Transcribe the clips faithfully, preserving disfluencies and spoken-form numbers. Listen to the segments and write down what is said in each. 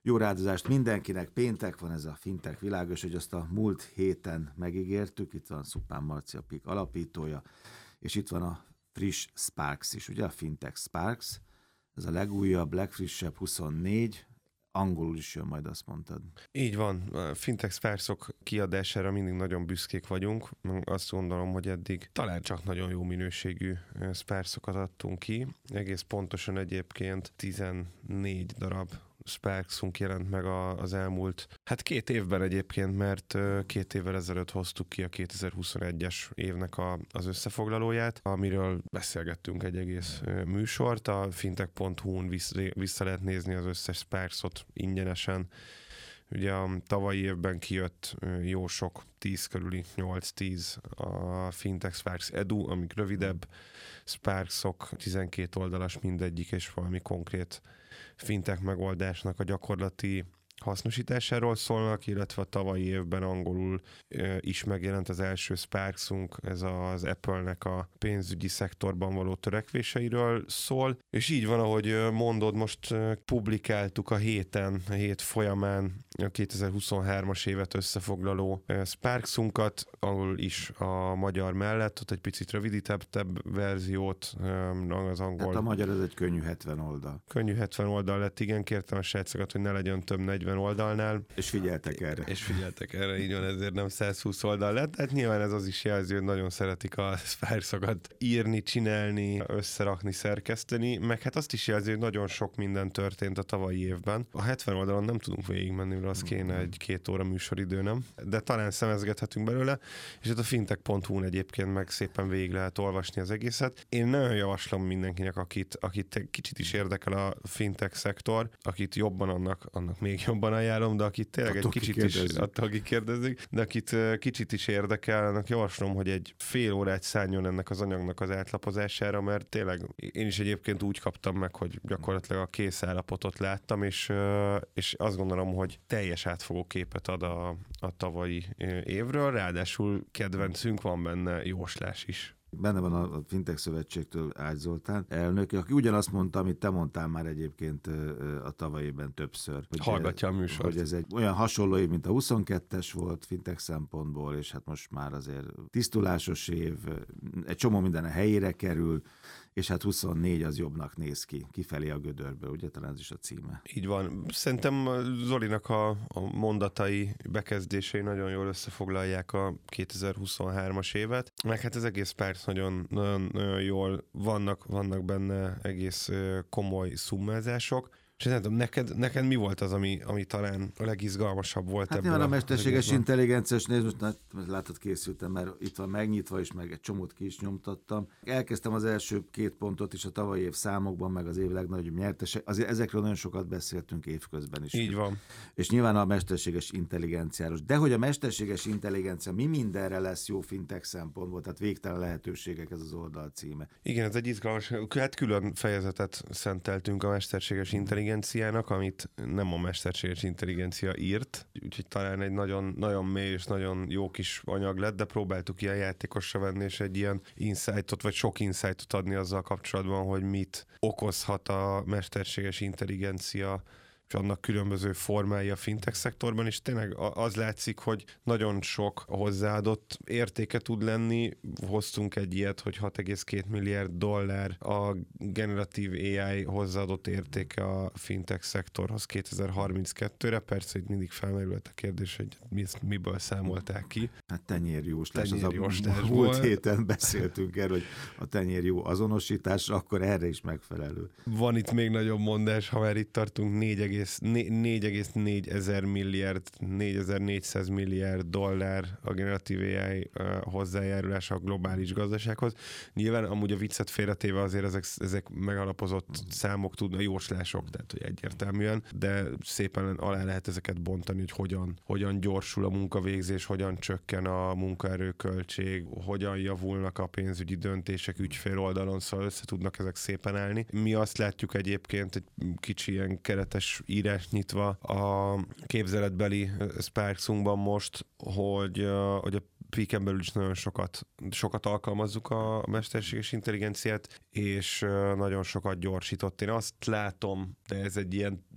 Jó rádozást mindenkinek, péntek van, ez a Fintech világos, hogy azt a múlt héten megígértük, itt van Szupán Marci, a pé i ká alapítója, és itt van a friss Sparks is, ugye a Fintech Sparks, ez a legújabb, legfrissebb huszonnégy, angolul is jön, majd azt mondtad. Így van, a Fintech Sparksok kiadására mindig nagyon büszkék vagyunk. Azt gondolom, hogy eddig talán csak nagyon jó minőségű Sparksokat adtunk ki. Egész pontosan egyébként tizennégy darab Sparksunk jelent meg az elmúlt, hát két évben egyébként, mert két évvel ezelőtt hoztuk ki a kétezer-huszonegyes évnek a, az összefoglalóját, amiről beszélgettünk egy egész műsort. A fintech pont hu-n vissza lehet nézni az összes Sparksot ingyenesen. Ugye a tavalyi évben kijött jó sok, tíz körüli, nyolc-tíz a Fintech Sparks Edu, amik rövidebb Sparksok, tizenkét oldalas mindegyik, és valami konkrét fintech megoldásnak a gyakorlati hasznosításáról szólnak, illetve a tavalyi évben angolul e, is megjelent az első Sparksunk, ez az Apple-nek a pénzügyi szektorban való törekvéseiről szól, és így van, ahogy mondod, most publikáltuk a héten, a hét folyamán a kétezer-huszonhármas évet összefoglaló Sparksunkat, angolul is a magyar mellett, ott egy picit rövidítebb verziót, az angol... Hát a magyar ez egy könnyű hetven oldal. Könnyű hetven oldal lett, igen, kértem a srácokat, hogy ne legyen több negyven oldalnál. És figyeltek erre. És figyeltek erre, így van, ezért nem száz húsz oldal lett. Hát nyilván ez az is jelzi, hogy nagyon szeretik a Sparksokat írni, csinálni, összerakni, szerkeszteni, meg hát azt is jelzi, hogy nagyon sok minden történt a tavalyi évben. A hetven oldalon nem tudunk végigmenni, mert az kéne egy két óra műsoridő, nem? De talán szemezgethetünk belőle, és hát a fintech pont hu-n egyébként meg szépen végig lehet olvasni az egészet. Én nagyon javaslom mindenkinek, akit, akit kicsit is érdekel a fintech szektor, akit jobban annak, annak még jobban ajánlom, de akit tényleg attól egy kicsit is, attól akik kérdezik, de akit kicsit is érdekel, annak javaslom, hogy egy fél órát szálljon ennek az anyagnak az átlapozására, mert tényleg én is egyébként úgy kaptam meg, hogy gyakorlatilag a kész állapotot láttam, és, és azt gondolom, hogy teljes átfogó képet ad a, a tavalyi évről, ráadásul kedvencünk van benne, jóslás is. Benne van a Fintech Szövetségtől Ágy Zoltán elnök, aki ugyanazt mondta, amit te mondtál már egyébként a tavalyében többször. Hogy hallgatja a műsort. Hogy ez egy olyan hasonló év, mint a huszonkettes volt Fintech szempontból, és hát most már azért tisztulásos év, egy csomó minden a helyére kerül, és hát huszonnégy az jobbnak néz ki, kifelé a gödörből, ugye talán ez is a címe. Így van. Szerintem Zolinak a, a mondatai, bekezdései nagyon jól összefoglalják a kétezer-huszonhármas évet, meg hát az egész Sparks nagyon, nagyon, nagyon jól vannak, vannak benne egész komoly szummázások. És nem tudom, neked, neked mi volt az, ami, ami talán a legizgalmasabb volt hát ebből? Hát a mesterséges intelligenciás, nézd, most hát, látod, készültem, mert itt van megnyitva, és meg egy csomót ki is nyomtattam. Elkezdtem az első két pontot is a tavalyi év számokban, meg az év legnagyobb nyertese. Azért ezekről nagyon sokat beszéltünk évközben is. Így van. És nyilván a mesterséges intelligenciáros. De hogy a mesterséges intelligencia mi mindenre lesz jó fintech szempontból, tehát végtelen lehetőségek, ez az oldal címe. Igen, ez egy izgalmas, hát külön fejezetet szenteltünk a mesterséges intelligenciának, amit nem a mesterséges intelligencia írt, úgyhogy talán egy nagyon, nagyon mély és nagyon jó kis anyag lett, de próbáltuk ilyen játékosra venni, és egy ilyen insightot, vagy sok insightot adni azzal kapcsolatban, hogy mit okozhat a mesterséges intelligencia és annak különböző formái a fintech szektorban, és tényleg az látszik, hogy nagyon sok hozzáadott értéke tud lenni. Hoztunk egy ilyet, hogy hat egész két milliárd dollár a generatív á i hozzáadott értéke a fintech szektorhoz kétezer-harminckettőre. Persze itt mindig felmerült a kérdés, hogy mi, miből számolták ki. Hát tenyérjóslás. Tenyérjóslás az a múlt héten beszéltünk erről, hogy a tenyérjó azonosítás, akkor erre is megfelelő. Van itt még nagyobb mondás, ha már itt tartunk, négy egész négy ezer milliárd, négyezer-négyszáz milliárd dollár a generatív á i hozzájárulása a globális gazdasághoz. Nyilván amúgy a viccet félretéve azért ezek, ezek megalapozott számok tudnak, jóslások, tehát hogy egyértelműen, de szépen alá lehet ezeket bontani, hogy hogyan, hogyan gyorsul a munkavégzés, hogyan csökken a munkaerőköltség, hogyan javulnak a pénzügyi döntések ügyfél oldalon, szóval össze tudnak ezek szépen állni. Mi azt látjuk egyébként egy kicsi ilyen keretes írás nyitva a képzeletbeli Sparksunkban most, hogy, hogy a Peaken belül is nagyon sokat, sokat alkalmazzuk a mesterséges intelligenciát, és nagyon sokat gyorsított. Én azt látom, de ez egy ilyen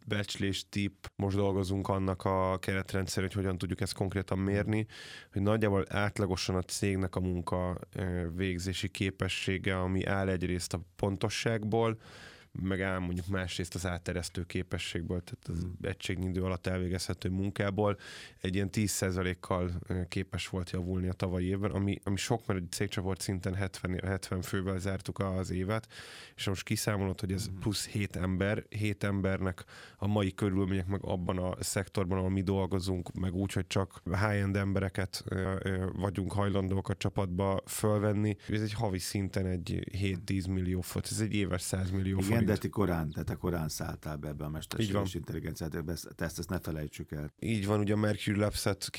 becslés tipp, most dolgozunk annak a keretrendszer, hogy hogyan tudjuk ezt konkrétan mérni, hogy nagyjából átlagosan a cégnek a munka végzési képessége, ami áll egyrészt a pontosságból, meg áll mondjuk másrészt az átteresztő képességből, tehát az egységnyi idő alatt elvégezhető munkából egy ilyen tíz százalékkal képes volt javulni a tavalyi évben, ami, ami sok, mert egy cégcsoport szinten hetven, hetven fővel zártuk az évet, és most kiszámolod, hogy ez plusz hét ember, hét embernek a mai körülmények meg abban a szektorban, ahol mi dolgozunk, meg úgy, hogy csak high-end embereket vagyunk hajlandók a csapatba fölvenni. Ez egy havi szinten egy hét-tíz millió fot, ez egy éves száz millió forint. De ti korán, te, te korán szálltál be ebbe a mesterséges intelligenciát, te ezt, ezt ne felejtsük el. Így van, ugye a Mercury Labs-et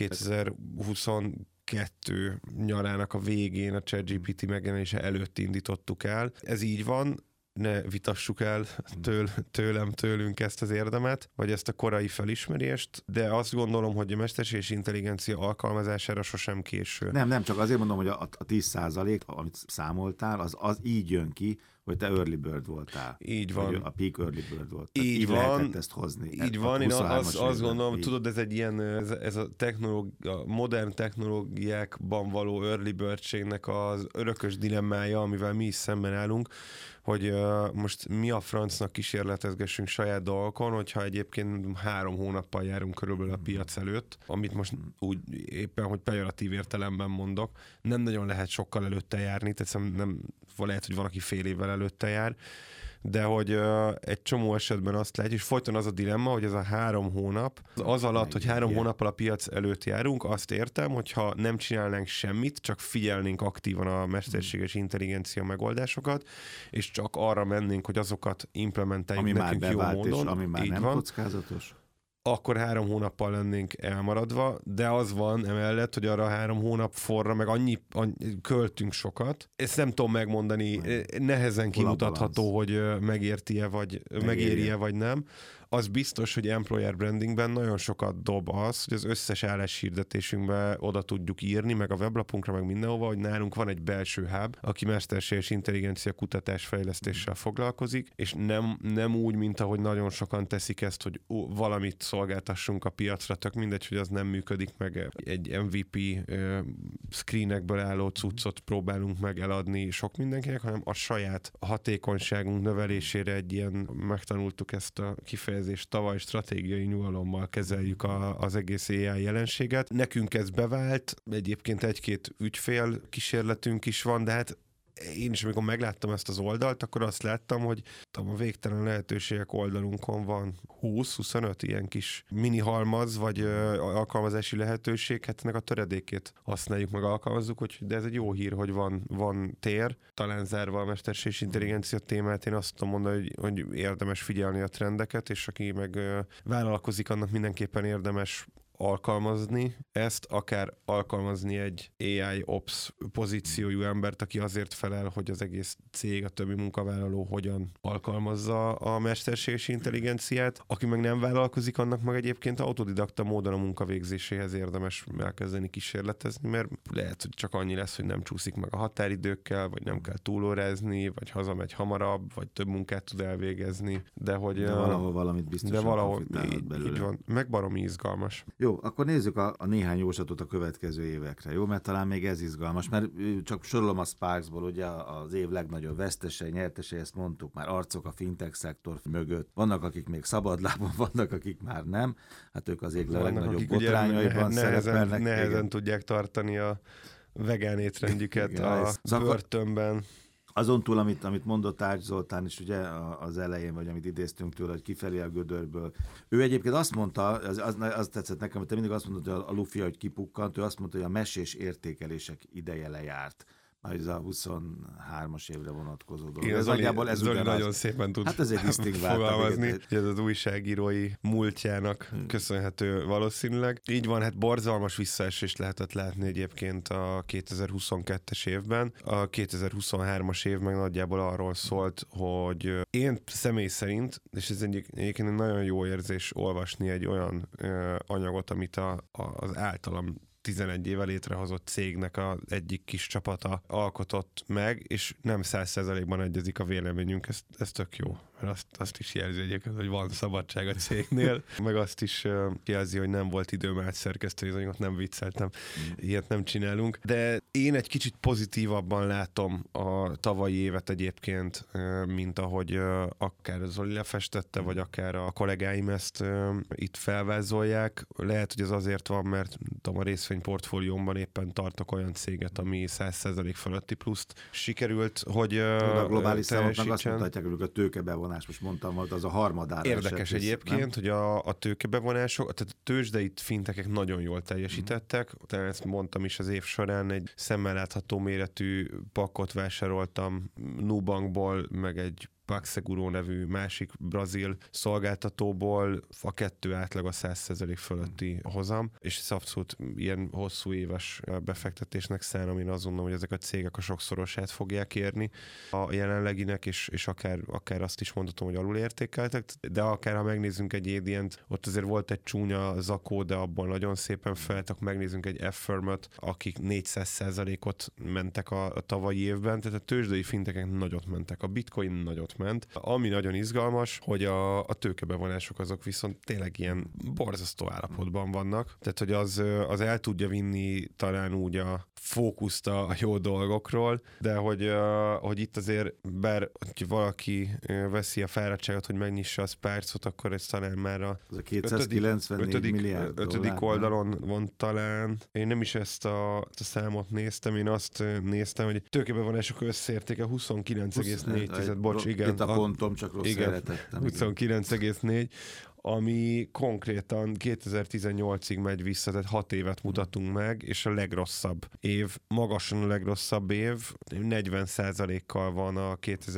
kétezer-huszonkettő nyarának a végén a ChatGPT megjelenése előtt indítottuk el. Ez így van, ne vitassuk el től, tőlem, tőlünk ezt az érdemet, vagy ezt a korai felismerést, de azt gondolom, hogy a mesterséges intelligencia alkalmazására sosem késő. Nem, nem, csak azért mondom, hogy a, a tíz százalék, amit számoltál, az, az így jön ki, hogy te early bird voltál. Így van. A peak early bird volt. Így, így van. Lehetett ezt hozni. Így van, én azt, azt gondolom, így. Tudod, ez egy ilyen, ez, ez a, technológia, modern technológiákban való early birdségnek az örökös dilemmája, amivel mi is szemben állunk, hogy uh, most mi a francnak kísérletezgessünk saját dolgokon, hogyha egyébként három hónappal járunk körülbelül a piac előtt, amit most úgy éppen, hogy pejoratív értelemben mondok, nem nagyon lehet sokkal előtte járni, tehát nem, lehet, hogy van, aki fél évvel előtte jár, de hogy uh, egy csomó esetben azt látjuk, és folyton az a dilemma, hogy ez a három hónap, az alatt, hogy három hónappal a piac előtt járunk, azt értem, hogyha nem csinálnánk semmit, csak figyelnénk aktívan a mesterséges intelligencia megoldásokat, és csak arra mennénk, hogy azokat implementáljuk ami nekünk jó módon. És ami már így nem van. Kockázatos. Akkor három hónappal lennénk elmaradva, de az van emellett, hogy arra három hónap forra, meg annyi, annyi költünk sokat. Ezt nem tudom megmondani, nehezen kimutatható, hogy megérti-e, vagy megéri-e, vagy nem. Az biztos, hogy employer brandingben nagyon sokat dob az, hogy az összes álláshirdetésünkbe oda tudjuk írni, meg a weblapunkra, meg mindenhova, hogy nálunk van egy belső hub, aki mesterséges intelligencia kutatás fejlesztéssel foglalkozik, és nem, nem úgy, mint ahogy nagyon sokan teszik ezt, hogy ó, valamit szolgáltassunk a piacra, tök mindegy, hogy az nem működik, meg egy em vé pé uh, screenekből álló cuccot próbálunk meg eladni sok mindenkinek, hanem a saját hatékonyságunk növelésére egy ilyen, megtanultuk ezt a kifejezést, tavaly stratégiai nyugalommal kezeljük a, az egész á i jelenséget. Nekünk ez bevált, egyébként egy-két ügyfél kísérletünk is van, de hát én is, amikor megláttam ezt az oldalt, akkor azt láttam, hogy tudom, a végtelen lehetőségek oldalunkon van húsz-huszonöt ilyen kis mini halmaz, vagy ö, alkalmazási lehetőség, hát ennek a töredékét használjuk, meg alkalmazzuk, hogy, de ez egy jó hír, hogy van, van tér. Talán zárva a mesterséges intelligencia témát, én azt tudom mondani, hogy, hogy érdemes figyelni a trendeket, és aki meg ö, vállalkozik, annak mindenképpen érdemes alkalmazni ezt, akár alkalmazni egy á i Ops pozíciójú embert, aki azért felel, hogy az egész cég, a többi munkavállaló hogyan alkalmazza a mesterséges intelligenciát. Aki meg nem vállalkozik, annak meg egyébként autodidakta módon a munkavégzéséhez érdemes elkezdeni kísérletezni, mert lehet, hogy csak annyi lesz, hogy nem csúszik meg a határidőkkel, vagy nem kell túlórázni, vagy hazamegy hamarabb, vagy több munkát tud elvégezni, de hogy... De valahol valamit biztosan de valahol így, így van. Meg baromi izgalmas. Jó, akkor nézzük a, a néhány jóslatot a következő évekre, jó? Mert talán még ez izgalmas, mert csak sorolom a Sparksból, ugye az év legnagyobb vesztesei, nyertesei, ezt mondtuk már, arcok a fintech szektor mögött. Vannak, akik még szabadlábon, vannak, akik már nem. Hát ők az ég legnagyobb botrányaiban szerepelnek. Nehezen tudják tartani a vegán étrendjüket igen, a börtönben. Azon túl, amit, amit mondott Ács Zoltán is ugye az elején, vagy amit idéztünk tőle, hogy kifelé a gödörből. Ő egyébként azt mondta, az, az, az tetszett nekem, hogy te mindig azt mondod, hogy a lufia, hogy kipukkant, ő azt mondta, hogy a mesés értékelések ideje lejárt. Már ez a huszonhármas évre vonatkozó dolog. Igen, ez Zoli, nagyjából ez Zoli nagyon az... szépen tud hát ez egy fogalmazni, hogy ez az újságírói múltjának hmm. köszönhető valószínűleg. Így van, hát borzalmas visszaesést lehetett látni egyébként a kétezer-huszonkettes évben. A kétezer-huszonhármas év meg nagyjából arról szólt, hogy én személy szerint, és ez egyik, egyébként egy nagyon jó érzés olvasni egy olyan ö, anyagot, amit a, a, az általam tizenegy éve létrehozott cégnek az egyik kis csapata alkotott meg, és nem száz százalékban egyezik a véleményünk, ez, ez tök jó. mert azt, azt is jelzi egyébként, hogy van szabadság a cégnél, meg azt is jelzi, hogy nem volt időm átszerkeszteni, azonyokat nem vicceltem, ilyet nem csinálunk. De én egy kicsit pozitívabban látom a tavalyi évet egyébként, mint ahogy akár Zoli lefestette, vagy akár a kollégáim ezt itt felvázolják. Lehet, hogy ez azért van, mert tudom, a részvényportfóliómban éppen tartok olyan céget, ami száz százalék fölötti pluszt sikerült, hogy a globális számoknak azt mutatják, hogy a tőkebevonás, most mondtam, volt az a harmadára. Érdekes esett, egyébként, nem? hogy a, a tőkebevonások, tehát a tőzsdei fintekek nagyon jól teljesítettek. Mm. Tehát ezt mondtam is az év során, egy szemmel látható méretű pakkot vásároltam Nubankból, meg egy PagSeguro nevű másik brazil szolgáltatóból, a kettő átlag a száz százalék fölötti hozam, és ez abszolút ilyen hosszú éves befektetésnek szánom, én azt gondolom, hogy ezek a cégek a sokszorosát fogják érni a jelenleginek, és, és akár, akár azt is mondhatom, hogy alulértékeltek, de akár ha megnézzünk egy Adient, ott azért volt egy csúnya zakó, de abban nagyon szépen felt, akkor megnézzünk egy Affirmot, akik négyszáz százalékot mentek a, a tavalyi évben, tehát a tőzsdei fintekek nagyot mentek, a bitcoin nagyot ment. Ami nagyon izgalmas, hogy a, a tőkebevonások azok viszont tényleg ilyen borzasztó állapotban vannak. Tehát, hogy az, az el tudja vinni talán úgy a fókuszt a jó dolgokról, de hogy, hogy itt azért, bár hogy valaki veszi a fáradtságot, hogy megnyissa a Sparks-ot, akkor ez talán már a, az a kétszázkilencvennégy ötödik, milliárd ötödik dollár, oldalon van talán. Én nem is ezt a, ezt a számot néztem, én azt néztem, hogy tőkebevonások összértéke huszonkilenc egész négy, bocs, igen. Itt a pontom, csak rossz szeretettem. huszonkilenc egész négy, ami konkrétan kétezer-tizennyolcig megy vissza, tehát hat évet mutatunk meg, és a legrosszabb év, magasan a legrosszabb év, negyven százalékkal van a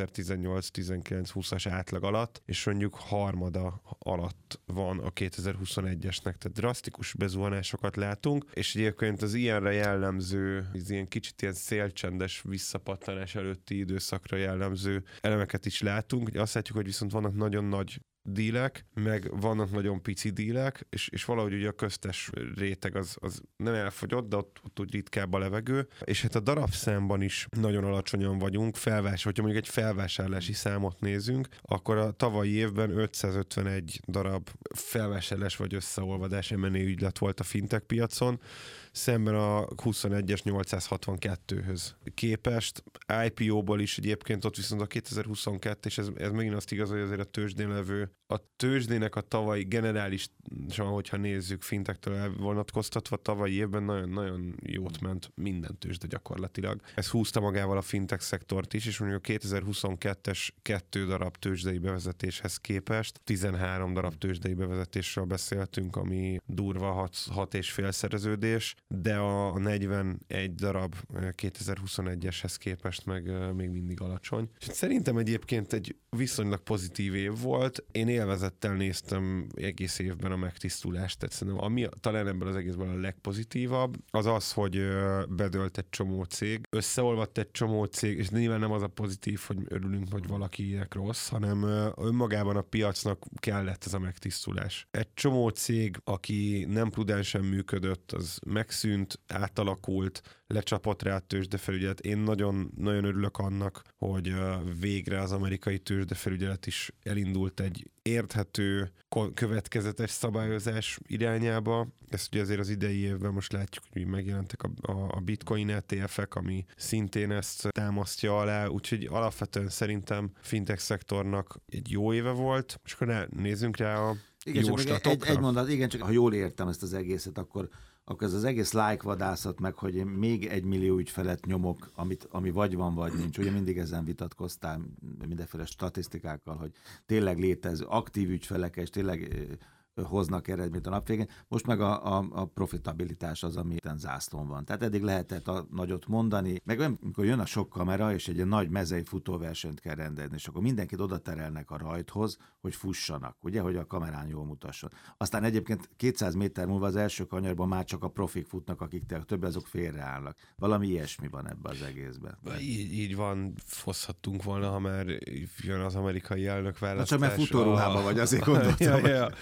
kétezer-tizennyolc-tizenkilenc-húszas átlag alatt, és mondjuk harmada alatt van a kétezer-huszonegyesnek, tehát drasztikus bezuhanásokat látunk, és egyébként az ilyenre jellemző, az ilyen kicsit ilyen szélcsendes visszapattanás előtti időszakra jellemző elemeket is látunk, hogy azt látjuk, hogy viszont vannak nagyon nagy dílek, meg vannak nagyon pici dílek, és, és valahogy ugye a köztes réteg az, az nem elfogyott, de ott, ott úgy ritkább a levegő, és hát a darabszámban is nagyon alacsonyan vagyunk, felvás, hogyha mondjuk egy felvásárlási számot nézünk, akkor a tavalyi évben ötszázötvenegy darab felvásárlás vagy összeolvadás em and á ügylet volt a fintech piacon, szemben a huszonegyes nyolcszázhatvankettőhöz képest. i pé ó-ból is egyébként ott viszont a kétezer-huszonkettő, és ez, ez megint azt igaz, hogy azért a tőzsdén levő, a tőzsdének a tavalyi generálisan, hogyha nézzük fintektől elvonatkoztatva, tavalyi évben nagyon-nagyon jót ment minden tőzsde gyakorlatilag. Ez húzta magával a fintech szektort is, és mondjuk a kétezer-huszonkettes kettő darab tőzsdei bevezetéshez képest tizenhárom darab tőzsdei bevezetésről beszéltünk, ami durva hat, hat és fél szereződés, de a negyvenegy darab kétezer-huszonegyeshez képest meg még mindig alacsony. Szerintem egyébként egy viszonylag pozitív év volt. Én élvezettel néztem egész évben a megtisztulást, tehát szerintem ami talán ebből az egészben a legpozitívabb, az az, hogy bedölt egy csomó cég, összeolvadt egy csomó cég, és nyilván nem az a pozitív, hogy örülünk, hogy valakinek rossz, hanem önmagában a piacnak kellett ez a megtisztulás. Egy csomó cég, aki nem prudensen működött, az megszűnt, átalakult, lecsapott rá a tőzsdefelügyelet. Én nagyon, nagyon örülök annak, hogy végre az amerikai tőzsdefelügyelet is elindult egy érthető, következetes szabályozás irányába. Ezt ugye azért az idei évben most látjuk, hogy megjelentek a, a, a bitcoin é té ef-ek, ami szintén ezt támasztja alá, úgyhogy alapvetően szerintem fintech szektornak egy jó éve volt, és akkor rá, nézzünk rá a igen, jó csak egy, egy mondat, igen, csak ha jól értem ezt az egészet, akkor akkor ez az egész like vadászat meg, hogy én még egy millió ügyfelet nyomok, amit, ami vagy van, vagy nincs. Ugye mindig ezen vitatkoztál mindenféle statisztikákkal, hogy tényleg létező aktív ügyfelek, és tényleg hoznak eredményt a nap végén. Most meg a, a, a profitabilitás az, ami zászlón van. Tehát eddig lehetett a nagyot mondani, meg amikor jön a sok kamera, és egy ilyen nagy mezei futóversenyt kell rendezni, és akkor mindenkit oda terelnek a rajthoz, hogy fussanak, ugye, hogy a kamerán jól mutasson. Aztán egyébként kétszáz méter múlva az első kanyarban már csak a profik futnak, akik több azok félreállnak. Valami ilyesmi van ebben az egészben. Így, így van, foszhattunk volna, ha már jön az amerikai elnök választás. Na csak mert futóruhában vagy, azért gondoltam. ja, ja, ja. A,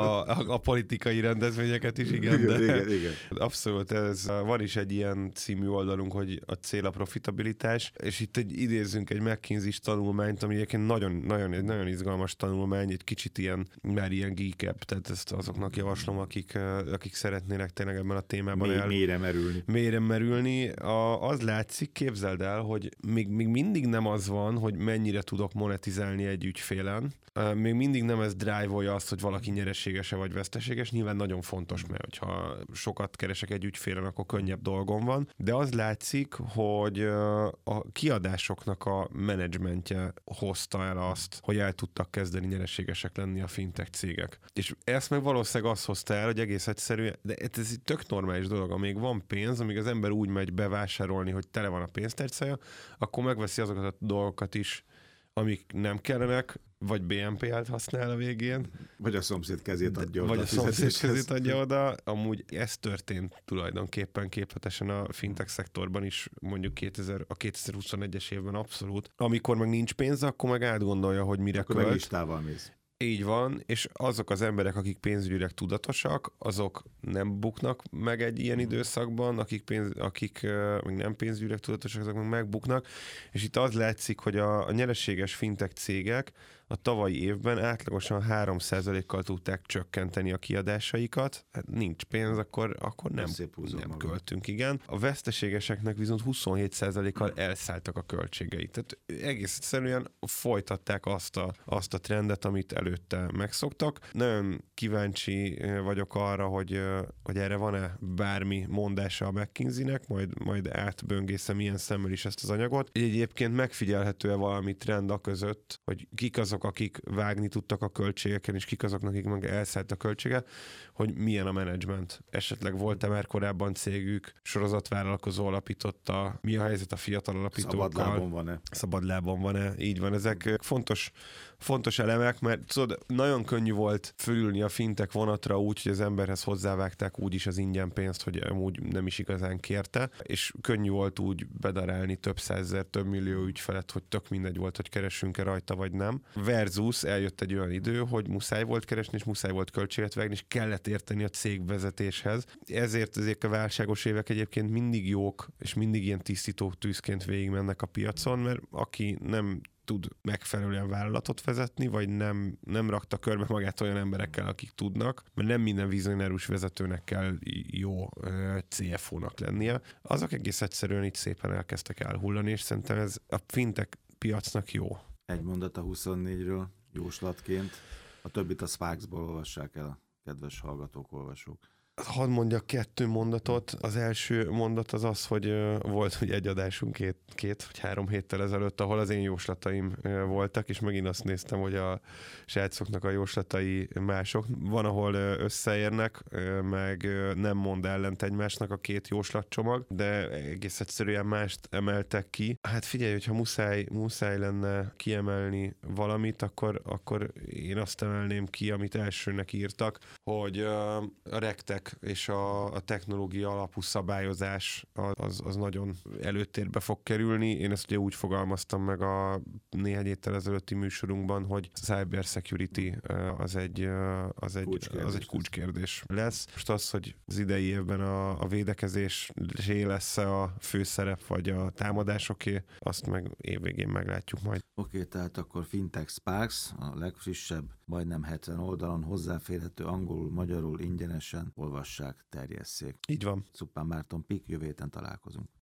a, a, a politikai rendezvényeket is, igen. Igen, de igen, igen. Abszolút, ez, van is egy ilyen című oldalunk, hogy a cél a profitabilitás, és itt egy, idézzünk egy McKinsey-s tanulmányt, ami egyébként nagyon, nagyon, egy nagyon izgalmas tanulmány, egy kicsit ilyen, már ilyen geek-ebb, tehát ezt azoknak javaslom, akik, akik szeretnének tényleg ebben a témában Mély, el... mélyre merülni. Mélyre merülni. A, az látszik, képzeld el, hogy még, még mindig nem az van, hogy mennyire tudok monetizálni egy ügyfélen. Még mindig nem ez drive-olja azt, hogy valaki nyereséges-e vagy veszteséges. Nyilván nagyon fontos, mert hogyha sokat keresek egy ügyfélen, akkor könnyebb dolgom van. De az látszik, hogy a kiadásoknak a menedzsmentje hozta el azt, hogy el tudtak kezdeni nyereségesek lenni a fintech cégek. És ezt meg valószínűleg azt hozta el, hogy egész egyszerűen, de ez egy tök normális dolog, amíg van pénz, amíg az ember úgy megy bevásárolni, hogy tele van a pénztárcája, akkor megveszi azokat a dolgokat is, amik nem kellenek, vagy bé en pé el-t használ a végén. Vagy a szomszéd kezét adja oda. Vagy a szomszéd kezét adja oda. Amúgy ez történt tulajdonképpen képletesen a fintech szektorban is, mondjuk kétezer, a kétezer-huszonegyes évben abszolút. Amikor meg nincs pénz, akkor meg átgondolja, hogy mire akkor költ. Meg listával mész. Így van, és azok az emberek, akik pénzügyileg tudatosak, azok nem buknak meg egy ilyen időszakban, akik, pénz, akik uh, nem pénzügyileg tudatosak, azok meg megbuknak, és itt az látszik, hogy a, a nyereséges fintech cégek a tavalyi évben átlagosan három százalékkal tudták csökkenteni a kiadásaikat. Hát nincs pénz, akkor, akkor nem, nem költünk, igen. A veszteségeseknek viszont huszonhét százalékkal elszálltak a költségeik. Tehát egész egyszerűen folytatták azt a, azt a trendet, amit előtte megszoktak. Nagyon kíváncsi vagyok arra, hogy, hogy erre van-e bármi mondása a McKinsey-nek, majd, majd átböngészem ilyen szemmel is ezt az anyagot. Egyébként megfigyelhető-e valami trend a között, hogy kik azok, akik vágni tudtak a költségeken, és kik azoknak, akik meg elszállt a költsége, hogy milyen a menedzsment. Esetleg volt-e már korábban cégük, sorozatvállalkozó alapította, mi a helyzet a fiatal alapítókkal? Szabadlábon van-e? Szabadlábon van-e? Így van, ezek fontos, fontos elemek, mert tudod, nagyon könnyű volt fölülni a fintech vonatra úgy, hogy az emberhez hozzávágták úgyis az ingyen pénzt, hogy amúgy nem is igazán kérte, és könnyű volt úgy bedarálni több százezer, több millió ügyfelet, hogy tök mindegy volt, hogy keresünk-e rajta, vagy nem. Versus eljött egy olyan idő, hogy muszáj volt keresni, és muszáj volt költséget vágni, és kellett érteni a cégvezetéshez. Ezért ezek a válságos évek egyébként mindig jók, és mindig ilyen tisztító tűzként végigmennek a piacon, mert aki nem tud megfelelően vállalatot vezetni, vagy nem, nem rakta körbe magát olyan emberekkel, akik tudnak, mert nem minden vizionárus vezetőnek kell jó cé ef ó-nak lennie. Azok egész egyszerűen így szépen elkezdtek elhullani, és szerintem ez a fintech piacnak jó. Egy mondat a huszonnégyről jóslatként, a többit a Sparksból olvassák el a kedves hallgatók, olvasók. Hadd mondjak kettő mondatot. Az első mondat az az, hogy uh, volt ugye egy adásunk két, két vagy három héttel ezelőtt, ahol az én jóslataim uh, voltak, és megint azt néztem, hogy a srácoknak a jóslatai mások. Van, ahol uh, összeérnek, uh, meg uh, nem mond ellent egymásnak a két jóslatcsomag, de egész egyszerűen mást emeltek ki. Hát figyelj, hogyha muszáj, muszáj lenne kiemelni valamit, akkor, akkor én azt emelném ki, amit elsőnek írtak, hogy uh, a rektek és a, a technológia alapú szabályozás az, az nagyon előtérbe fog kerülni. Én ezt ugye úgy fogalmaztam meg a néhány héttel ezelőtti műsorunkban, hogy cyber security az egy, az egy, az egy kulcskérdés lesz. Most az, hogy az idei évben a, a védekezésé lesz-e a főszerep, vagy a támadásoké, azt meg évvégén meglátjuk majd. Oké, okay, tehát akkor Fintech Sparks, a legfrissebb, majdnem hetven oldalon hozzáférhető angolul, magyarul ingyenesen olvassák, terjesszék. Így van. Zuppán Márton Pik, jövő héten találkozunk.